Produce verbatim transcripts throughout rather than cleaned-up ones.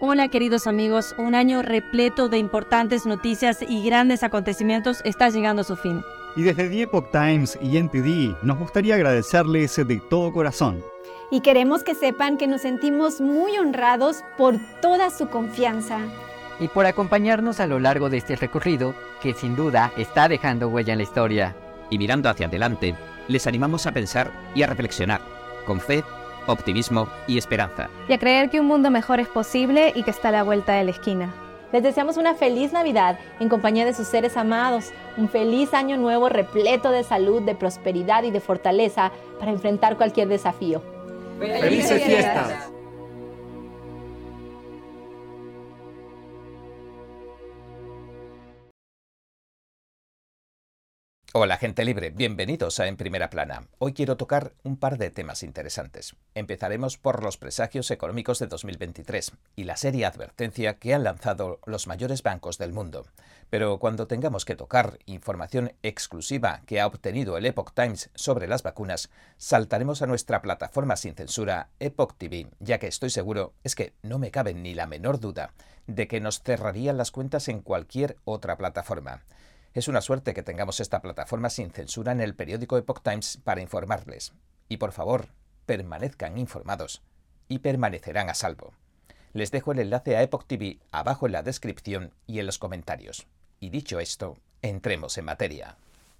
Hola queridos amigos, un año repleto de importantes noticias y grandes acontecimientos está llegando a su fin. Y desde The Epoch Times y N T D nos gustaría agradecerles de todo corazón. Y queremos que sepan que nos sentimos muy honrados por toda su confianza. Y por acompañarnos a lo largo de este recorrido, que sin duda está dejando huella en la historia. Y mirando hacia adelante, les animamos a pensar y a reflexionar, con fe, optimismo y esperanza. Y a creer que un mundo mejor es posible y que está a la vuelta de la esquina. Les deseamos una feliz Navidad en compañía de sus seres amados, un feliz año nuevo repleto de salud, de prosperidad y de fortaleza para enfrentar cualquier desafío. ¡Felices fiestas! Hola gente libre, bienvenidos a En Primera Plana. Hoy quiero tocar un par de temas interesantes. Empezaremos por los presagios económicos de dos mil veintitrés y la seria advertencia que han lanzado los mayores bancos del mundo. Pero cuando tengamos que tocar información exclusiva que ha obtenido el Epoch Times sobre las vacunas, saltaremos a nuestra plataforma sin censura, Epoch T V, ya que estoy seguro, es que no me cabe ni la menor duda, de que nos cerrarían las cuentas en cualquier otra plataforma. Es una suerte que tengamos esta plataforma sin censura en el periódico Epoch Times para informarles. Y por favor, permanezcan informados y permanecerán a salvo. Les dejo el enlace a Epoch T V abajo en la descripción y en los comentarios. Y dicho esto, entremos en materia.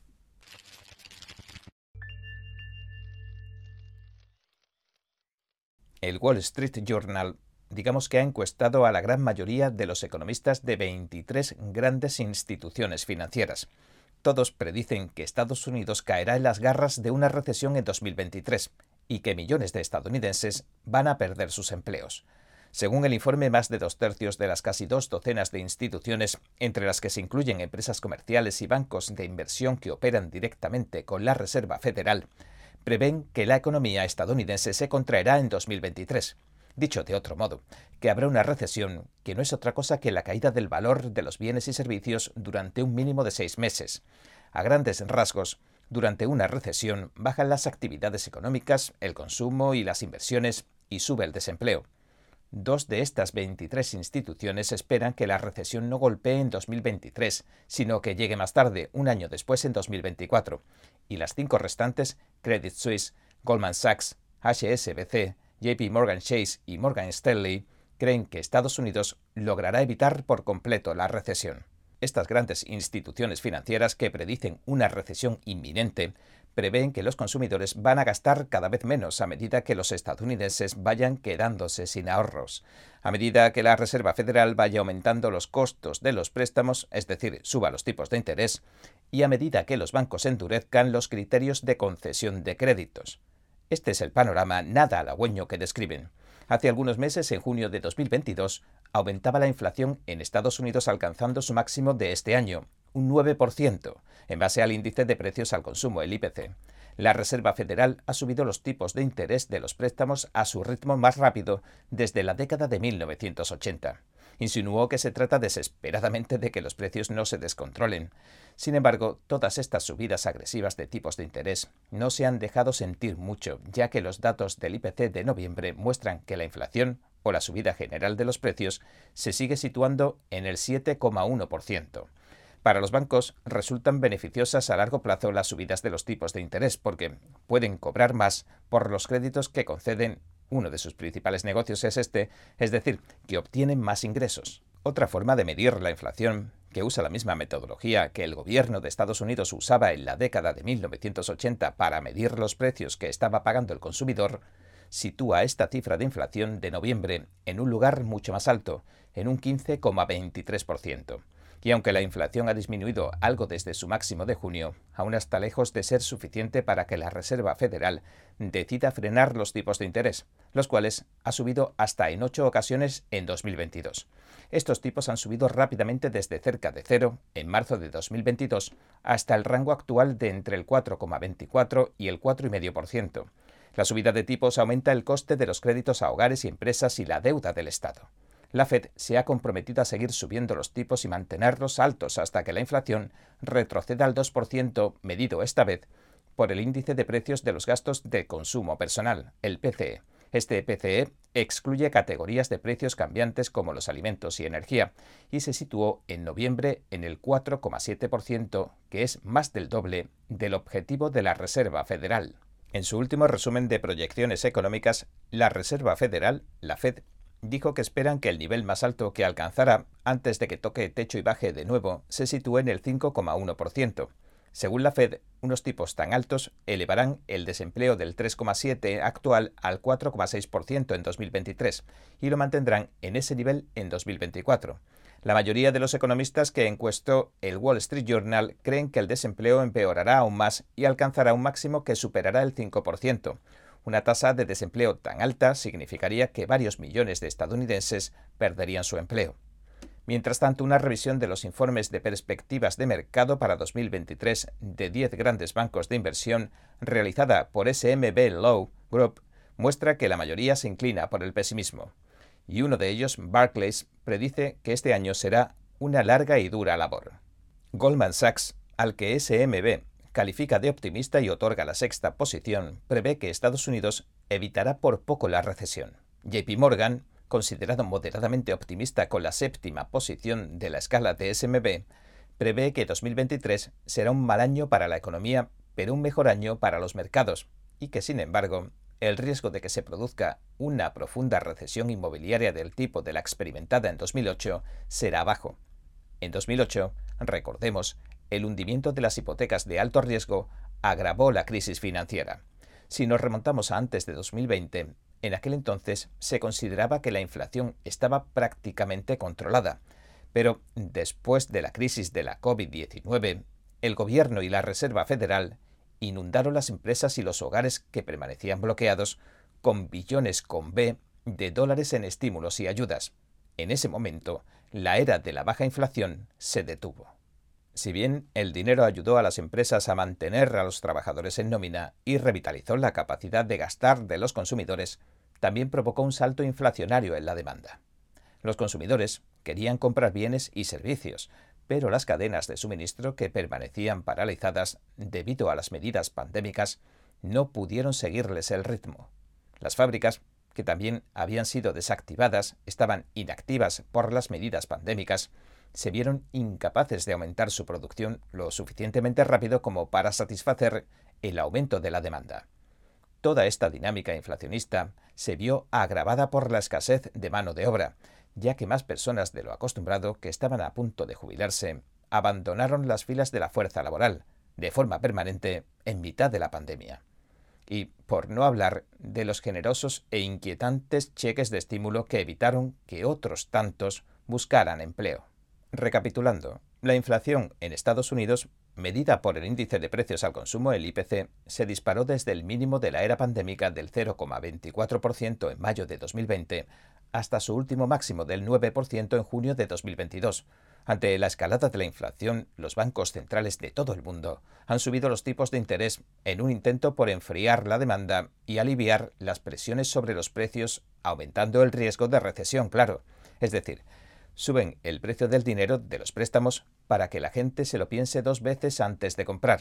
El Wall Street Journal, digamos que ha encuestado a la gran mayoría de los economistas de veintitrés grandes instituciones financieras. Todos predicen que Estados Unidos caerá en las garras de una recesión en dos mil veintitrés y que millones de estadounidenses van a perder sus empleos. Según el informe, más de dos tercios de las casi dos docenas de instituciones, entre las que se incluyen empresas comerciales y bancos de inversión que operan directamente con la Reserva Federal, prevén que la economía estadounidense se contraerá en dos mil veintitrés. Dicho de otro modo, que habrá una recesión que no es otra cosa que la caída del valor de los bienes y servicios durante un mínimo de seis meses. A grandes rasgos, durante una recesión bajan las actividades económicas, el consumo y las inversiones y sube el desempleo. Dos de estas veintitrés instituciones esperan que la recesión no golpee en dos mil veintitrés, sino que llegue más tarde, un año después en dos mil veinticuatro. Y las cinco restantes, Credit Suisse, Goldman Sachs, H S B C, J P Morgan Chase y Morgan Stanley, creen que Estados Unidos logrará evitar por completo la recesión. Estas grandes instituciones financieras que predicen una recesión inminente prevén que los consumidores van a gastar cada vez menos a medida que los estadounidenses vayan quedándose sin ahorros. A medida que la Reserva Federal vaya aumentando los costos de los préstamos, es decir, suba los tipos de interés, y a medida que los bancos endurezcan los criterios de concesión de créditos. Este es el panorama nada halagüeño que describen. Hace algunos meses, en junio de dos mil veintidós, aumentaba la inflación en Estados Unidos alcanzando su máximo de este año, un nueve por ciento, en base al índice de precios al consumo, el I P C. La Reserva Federal ha subido los tipos de interés de los préstamos a su ritmo más rápido desde la década de mil novecientos ochenta. Insinuó que se trata desesperadamente de que los precios no se descontrolen. Sin embargo, todas estas subidas agresivas de tipos de interés no se han dejado sentir mucho, ya que los datos del I P C de noviembre muestran que la inflación, o la subida general de los precios, se sigue situando en el siete coma uno por ciento. Para los bancos resultan beneficiosas a largo plazo las subidas de los tipos de interés porque pueden cobrar más por los créditos que conceden. Uno de sus principales negocios es este, es decir, que obtienen más ingresos. Otra forma de medir la inflación, que usa la misma metodología que el gobierno de Estados Unidos usaba en la década de mil novecientos ochenta para medir los precios que estaba pagando el consumidor, sitúa esta cifra de inflación de noviembre en un lugar mucho más alto, en un quince coma veintitrés por ciento. Y aunque la inflación ha disminuido algo desde su máximo de junio, aún está lejos de ser suficiente para que la Reserva Federal decida frenar los tipos de interés, los cuales ha subido hasta en ocho ocasiones en dos mil veintidós. Estos tipos han subido rápidamente desde cerca de cero en marzo de dos mil veintidós hasta el rango actual de entre el cuatro coma veinticuatro y el cuatro coma cinco por ciento. La subida de tipos aumenta el coste de los créditos a hogares y empresas y la deuda del Estado. La Fed se ha comprometido a seguir subiendo los tipos y mantenerlos altos hasta que la inflación retroceda al dos por ciento, medido esta vez por el índice de precios de los gastos de consumo personal, el P C E, Este P C E excluye categorías de precios cambiantes como los alimentos y energía y se situó en noviembre en el cuatro coma siete por ciento, que es más del doble del objetivo de la Reserva Federal. En su último resumen de proyecciones económicas, la Reserva Federal, la Fed, dijo que esperan que el nivel más alto que alcanzará antes de que toque techo y baje de nuevo se sitúe en el cinco coma uno por ciento. Según la Fed, unos tipos tan altos elevarán el desempleo del tres coma siete por ciento actual al cuatro coma seis por ciento en dos mil veintitrés y lo mantendrán en ese nivel en dos mil veinticuatro. La mayoría de los economistas que encuestó el Wall Street Journal creen que el desempleo empeorará aún más y alcanzará un máximo que superará el cinco por ciento. Una tasa de desempleo tan alta significaría que varios millones de estadounidenses perderían su empleo. Mientras tanto, una revisión de los informes de perspectivas de mercado para dos mil veintitrés de diez grandes bancos de inversión realizada por S M B Lowe Group muestra que la mayoría se inclina por el pesimismo. Y uno de ellos, Barclays, predice que este año será una larga y dura labor. Goldman Sachs, al que S M B califica de optimista y otorga la sexta posición, prevé que Estados Unidos evitará por poco la recesión. J P Morgan, considerado moderadamente optimista con la séptima posición de la escala de S M B, prevé que dos mil veintitrés será un mal año para la economía, pero un mejor año para los mercados, y que, sin embargo, el riesgo de que se produzca una profunda recesión inmobiliaria del tipo de la experimentada en dos mil ocho será bajo. En dos mil ocho, recordemos, el hundimiento de las hipotecas de alto riesgo agravó la crisis financiera. Si nos remontamos a antes de dos mil veinte, en aquel entonces se consideraba que la inflación estaba prácticamente controlada, pero después de la crisis de la COVID diecinueve, el gobierno y la Reserva Federal inundaron las empresas y los hogares que permanecían bloqueados con billones con B de dólares en estímulos y ayudas. En ese momento, la era de la baja inflación se detuvo. Si bien el dinero ayudó a las empresas a mantener a los trabajadores en nómina y revitalizó la capacidad de gastar de los consumidores, también provocó un salto inflacionario en la demanda. Los consumidores querían comprar bienes y servicios, pero las cadenas de suministro, que permanecían paralizadas debido a las medidas pandémicas, no pudieron seguirles el ritmo. Las fábricas, que también habían sido desactivadas, estaban inactivas por las medidas pandémicas, se vieron incapaces de aumentar su producción lo suficientemente rápido como para satisfacer el aumento de la demanda. Toda esta dinámica inflacionista se vio agravada por la escasez de mano de obra, ya que más personas de lo acostumbrado que estaban a punto de jubilarse abandonaron las filas de la fuerza laboral, de forma permanente, en mitad de la pandemia. Y por no hablar de los generosos e inquietantes cheques de estímulo que evitaron que otros tantos buscaran empleo. Recapitulando, la inflación en Estados Unidos, medida por el índice de precios al consumo, el I P C, se disparó desde el mínimo de la era pandémica del cero coma veinticuatro por ciento en mayo de dos mil veinte hasta su último máximo del nueve por ciento en junio de dos mil veintidós. Ante la escalada de la inflación, los bancos centrales de todo el mundo han subido los tipos de interés en un intento por enfriar la demanda y aliviar las presiones sobre los precios, aumentando el riesgo de recesión, claro. Es decir, suben el precio del dinero de los préstamos para que la gente se lo piense dos veces antes de comprar.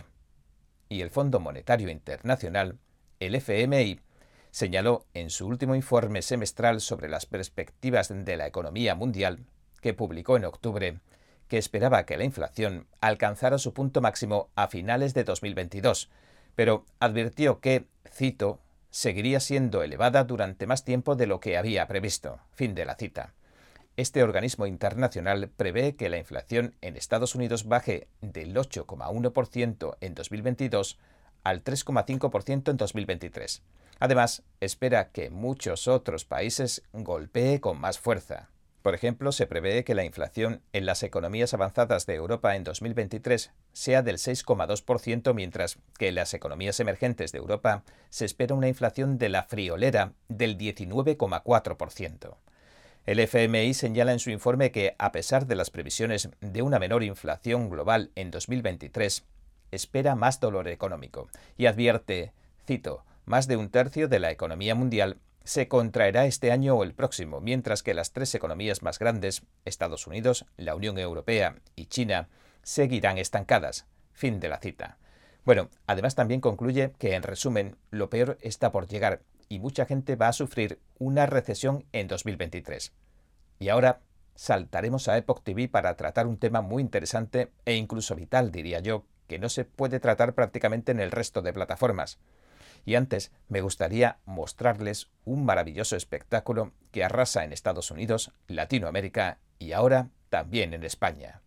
Y el Fondo Monetario Internacional, el F M I, señaló en su último informe semestral sobre las perspectivas de la economía mundial, que publicó en octubre, que esperaba que la inflación alcanzara su punto máximo a finales de dos mil veintidós, pero advirtió que, cito, seguiría siendo elevada durante más tiempo de lo que había previsto. Fin de la cita. Este organismo internacional prevé que la inflación en Estados Unidos baje del ocho coma uno por ciento en dos mil veintidós al tres coma cinco por ciento en dos mil veintitrés. Además, espera que muchos otros países golpee con más fuerza. Por ejemplo, se prevé que la inflación en las economías avanzadas de Europa en dos mil veintitrés sea del seis coma dos por ciento, mientras que en las economías emergentes de Europa se espera una inflación de la friolera del diecinueve coma cuatro por ciento. El F M I señala en su informe que, a pesar de las previsiones de una menor inflación global en dos mil veintitrés, espera más dolor económico y advierte, cito, más de un tercio de la economía mundial se contraerá este año o el próximo, mientras que las tres economías más grandes, Estados Unidos, la Unión Europea y China, seguirán estancadas. Fin de la cita. Bueno, además también concluye que, en resumen, lo peor está por llegar y mucha gente va a sufrir una recesión en dos mil veintitrés. Y ahora saltaremos a Epoch T V para tratar un tema muy interesante e incluso vital, diría yo, que no se puede tratar prácticamente en el resto de plataformas. Y antes me gustaría mostrarles un maravilloso espectáculo que arrasa en Estados Unidos, Latinoamérica y ahora también en España.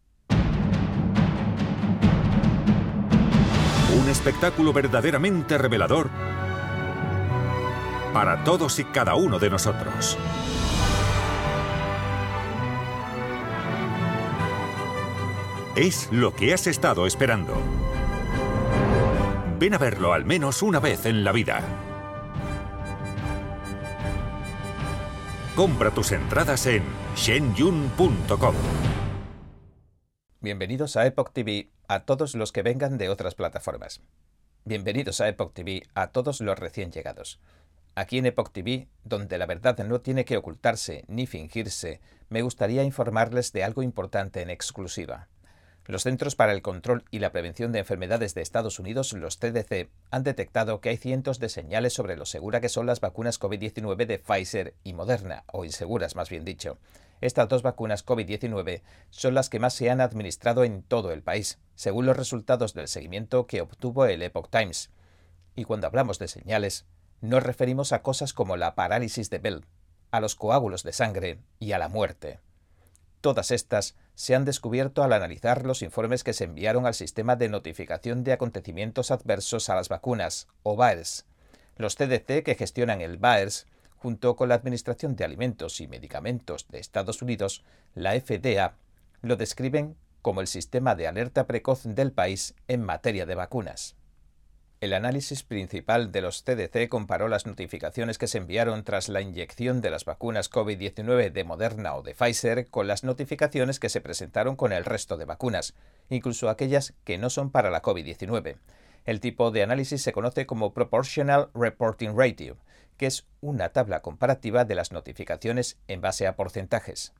Un espectáculo verdaderamente revelador para todos y cada uno de nosotros. Es lo que has estado esperando. Ven a verlo al menos una vez en la vida. Compra tus entradas en shenyun punto com. Bienvenidos a Epoch T V a todos los que vengan de otras plataformas. Bienvenidos a Epoch T V a todos los recién llegados. Aquí en Epoch T V, donde la verdad no tiene que ocultarse ni fingirse, me gustaría informarles de algo importante en exclusiva. Los Centros para el Control y la Prevención de Enfermedades de Estados Unidos, los C D C, han detectado que hay cientos de señales sobre lo segura que son las vacunas COVID diecinueve de Pfizer y Moderna, o inseguras más bien dicho. Estas dos vacunas COVID diecinueve son las que más se han administrado en todo el país, según los resultados del seguimiento que obtuvo el Epoch Times. Y cuando hablamos de señales, nos referimos a cosas como la parálisis de Bell, a los coágulos de sangre y a la muerte. Todas estas se han descubierto al analizar los informes que se enviaron al Sistema de Notificación de Acontecimientos Adversos a las Vacunas, o V A E R S. Los C D C que gestionan el V A E R S, junto con la Administración de Alimentos y Medicamentos de Estados Unidos, la F D A, lo describen como el sistema de alerta precoz del país en materia de vacunas. El análisis principal de los C D C comparó las notificaciones que se enviaron tras la inyección de las vacunas COVID diecinueve de Moderna o de Pfizer con las notificaciones que se presentaron con el resto de vacunas, incluso aquellas que no son para la COVID diecinueve. El tipo de análisis se conoce como Proportional Reporting Ratio, que es una tabla comparativa de las notificaciones en base a porcentajes.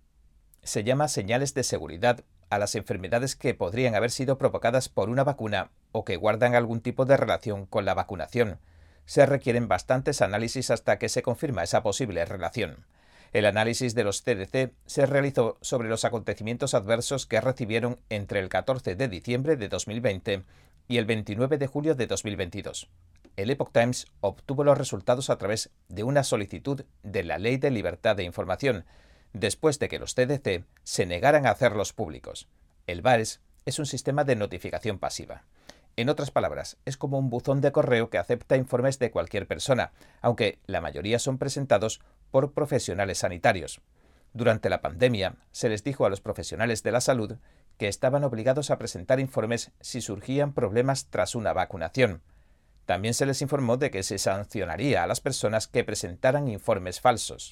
Se llama señales de seguridad a las enfermedades que podrían haber sido provocadas por una vacuna o que guardan algún tipo de relación con la vacunación. Se requieren bastantes análisis hasta que se confirma esa posible relación. El análisis de los C D C se realizó sobre los acontecimientos adversos que recibieron entre el catorce de diciembre de dos mil veinte y el veintinueve de julio de dos mil veintidós. El Epoch Times obtuvo los resultados a través de una solicitud de la Ley de Libertad de Información, después de que los C D C se negaran a hacerlos públicos. El V A E R S es un sistema de notificación pasiva. En otras palabras, es como un buzón de correo que acepta informes de cualquier persona, aunque la mayoría son presentados por profesionales sanitarios. Durante la pandemia, se les dijo a los profesionales de la salud que estaban obligados a presentar informes si surgían problemas tras una vacunación. También se les informó de que se sancionaría a las personas que presentaran informes falsos.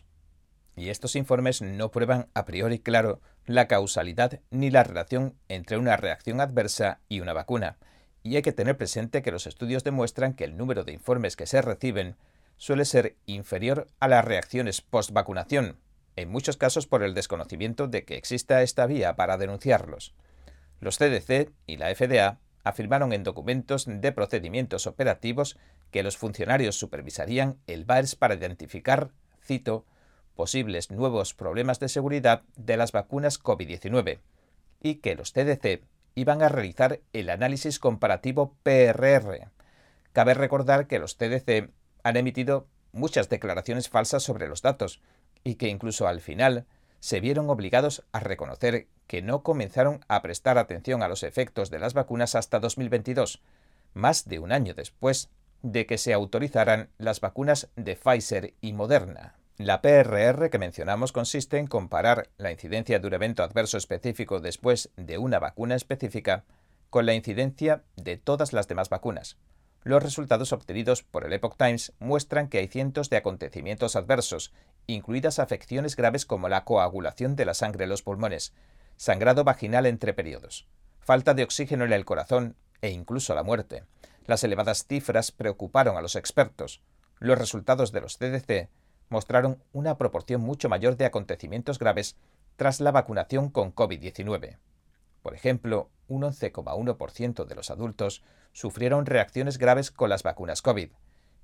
Y estos informes no prueban a priori claro la causalidad ni la relación entre una reacción adversa y una vacuna. Y hay que tener presente que los estudios demuestran que el número de informes que se reciben suele ser inferior a las reacciones post-vacunación, en muchos casos por el desconocimiento de que exista esta vía para denunciarlos. Los C D C y la F D A afirmaron en documentos de procedimientos operativos que los funcionarios supervisarían el V A E R S para identificar, cito, posibles nuevos problemas de seguridad de las vacunas COVID diecinueve y que los C D C iban a realizar el análisis comparativo P R R. Cabe recordar que los C D C han emitido muchas declaraciones falsas sobre los datos y que incluso al final se vieron obligados a reconocer que no comenzaron a prestar atención a los efectos de las vacunas hasta dos mil veintidós, más de un año después de que se autorizaran las vacunas de Pfizer y Moderna. La P R R que mencionamos consiste en comparar la incidencia de un evento adverso específico después de una vacuna específica con la incidencia de todas las demás vacunas. Los resultados obtenidos por el Epoch Times muestran que hay cientos de acontecimientos adversos, incluidas afecciones graves como la coagulación de la sangre en los pulmones, sangrado vaginal entre periodos, falta de oxígeno en el corazón e incluso la muerte. Las elevadas cifras preocuparon a los expertos. Los resultados de los C D C mostraron una proporción mucho mayor de acontecimientos graves tras la vacunación con COVID diecinueve. Por ejemplo, un once coma uno por ciento de los adultos sufrieron reacciones graves con las vacunas COVID,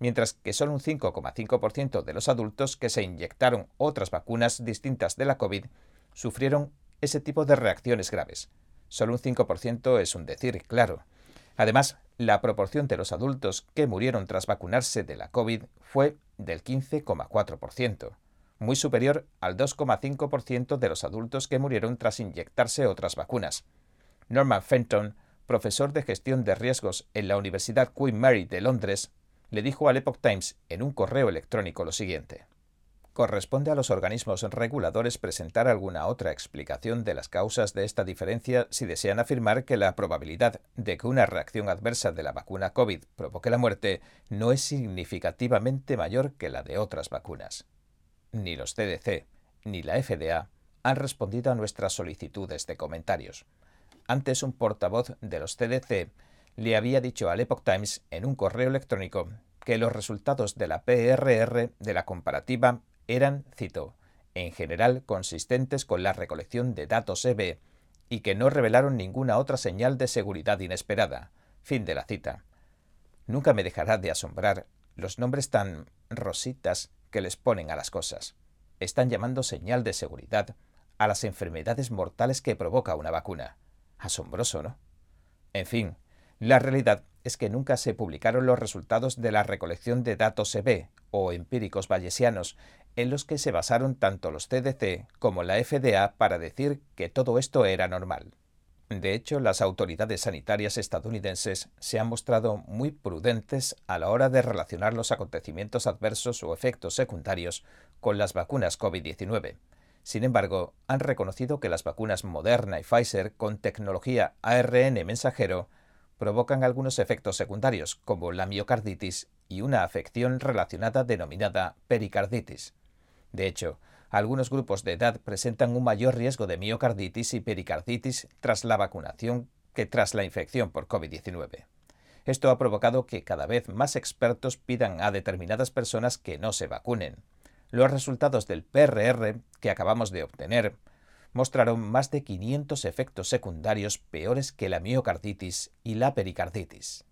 mientras que solo un cinco coma cinco por ciento de los adultos que se inyectaron otras vacunas distintas de la COVID sufrieron ese tipo de reacciones graves. Solo un cinco por ciento es un decir, claro. Además, la proporción de los adultos que murieron tras vacunarse de la COVID fue del quince coma cuatro por ciento, muy superior al dos coma cinco por ciento de los adultos que murieron tras inyectarse otras vacunas. Norman Fenton, profesor de gestión de riesgos en la Universidad Queen Mary de Londres, le dijo al Epoch Times en un correo electrónico lo siguiente: corresponde a los organismos reguladores presentar alguna otra explicación de las causas de esta diferencia si desean afirmar que la probabilidad de que una reacción adversa de la vacuna COVID provoque la muerte no es significativamente mayor que la de otras vacunas. Ni los C D C ni la F D A han respondido a nuestras solicitudes de comentarios. Antes, un portavoz de los C D C le había dicho al Epoch Times en un correo electrónico que los resultados de la P R R de la comparativa eran, cito, en general consistentes con la recolección de datos E B y que no revelaron ninguna otra señal de seguridad inesperada. Fin de la cita. Nunca me dejará de asombrar los nombres tan rositas que les ponen a las cosas. Están llamando señal de seguridad a las enfermedades mortales que provoca una vacuna. Asombroso, ¿no? En fin, la realidad es que nunca se publicaron los resultados de la recolección de datos E B, o empíricos bayesianos, en los que se basaron tanto los C D C como la F D A para decir que todo esto era normal. De hecho, las autoridades sanitarias estadounidenses se han mostrado muy prudentes a la hora de relacionar los acontecimientos adversos o efectos secundarios con las vacunas COVID diecinueve. Sin embargo, han reconocido que las vacunas Moderna y Pfizer con tecnología A R N mensajero provocan algunos efectos secundarios, como la miocarditis y una afección relacionada denominada pericarditis. De hecho, algunos grupos de edad presentan un mayor riesgo de miocarditis y pericarditis tras la vacunación que tras la infección por COVID diecinueve. Esto ha provocado que cada vez más expertos pidan a determinadas personas que no se vacunen. Los resultados del P R R que acabamos de obtener mostraron más de quinientos efectos secundarios peores que la miocarditis y la pericarditis.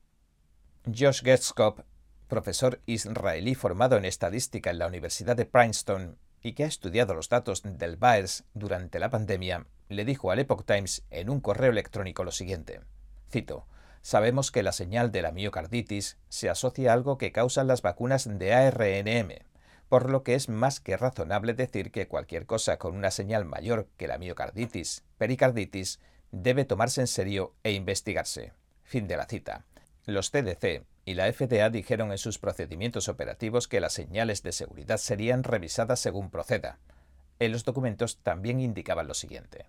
Josh Getskov, profesor israelí formado en estadística en la Universidad de Princeton y que ha estudiado los datos del VAERS durante la pandemia, le dijo al Epoch Times en un correo electrónico lo siguiente, cito, «Sabemos que la señal de la miocarditis se asocia a algo que causan las vacunas de A R N M, por lo que es más que razonable decir que cualquier cosa con una señal mayor que la miocarditis, pericarditis, debe tomarse en serio e investigarse». Fin de la cita. Los C D C y la F D A dijeron en sus procedimientos operativos que las señales de seguridad serían revisadas según proceda. En los documentos también indicaban lo siguiente.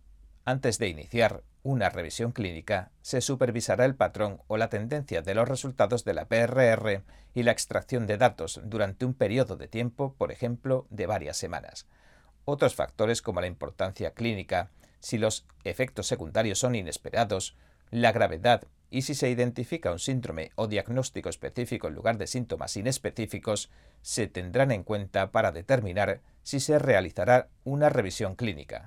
Antes de iniciar una revisión clínica, se supervisará el patrón o la tendencia de los resultados de la P R R y la extracción de datos durante un periodo de tiempo, por ejemplo, de varias semanas. Otros factores como la importancia clínica, si los efectos secundarios son inesperados, la gravedad y si se identifica un síndrome o diagnóstico específico en lugar de síntomas inespecíficos, se tendrán en cuenta para determinar si se realizará una revisión clínica.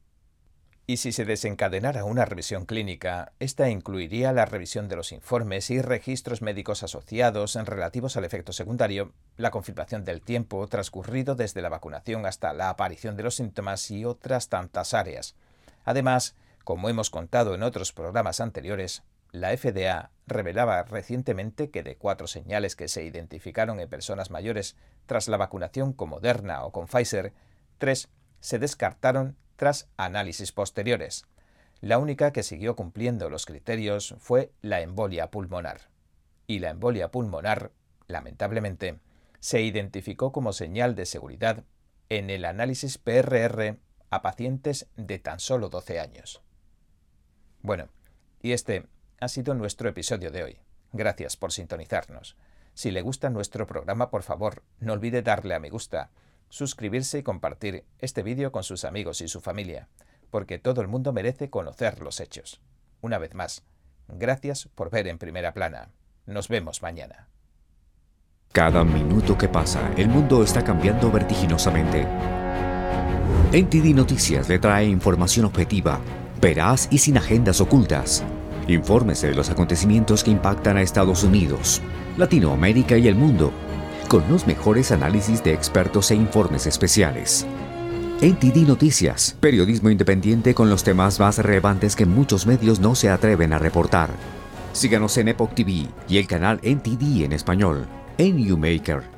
Y si se desencadenara una revisión clínica, esta incluiría la revisión de los informes y registros médicos asociados en relativos al efecto secundario, la confirmación del tiempo transcurrido desde la vacunación hasta la aparición de los síntomas y otras tantas áreas. Además, como hemos contado en otros programas anteriores, la F D A revelaba recientemente que de cuatro señales que se identificaron en personas mayores tras la vacunación con Moderna o con Pfizer, tres se descartaron tras análisis posteriores. La única que siguió cumpliendo los criterios fue la embolia pulmonar. Y la embolia pulmonar, lamentablemente, se identificó como señal de seguridad en el análisis P R R a pacientes de tan solo doce años. Bueno, y este ha sido nuestro episodio de hoy. Gracias por sintonizarnos. Si le gusta nuestro programa, por favor, no olvide darle a me gusta, suscribirse y compartir este vídeo con sus amigos y su familia, porque todo el mundo merece conocer los hechos. Una vez más, gracias por ver En Primera Plana. Nos vemos mañana. Cada minuto que pasa, el mundo está cambiando vertiginosamente. N T D Noticias le trae información objetiva, veraz y sin agendas ocultas. Infórmese de los acontecimientos que impactan a Estados Unidos, Latinoamérica y el mundo, con los mejores análisis de expertos e informes especiales. N T D Noticias, periodismo independiente con los temas más relevantes que muchos medios no se atreven a reportar. Síganos en Epoch T V y el canal N T D en español, en YouMaker.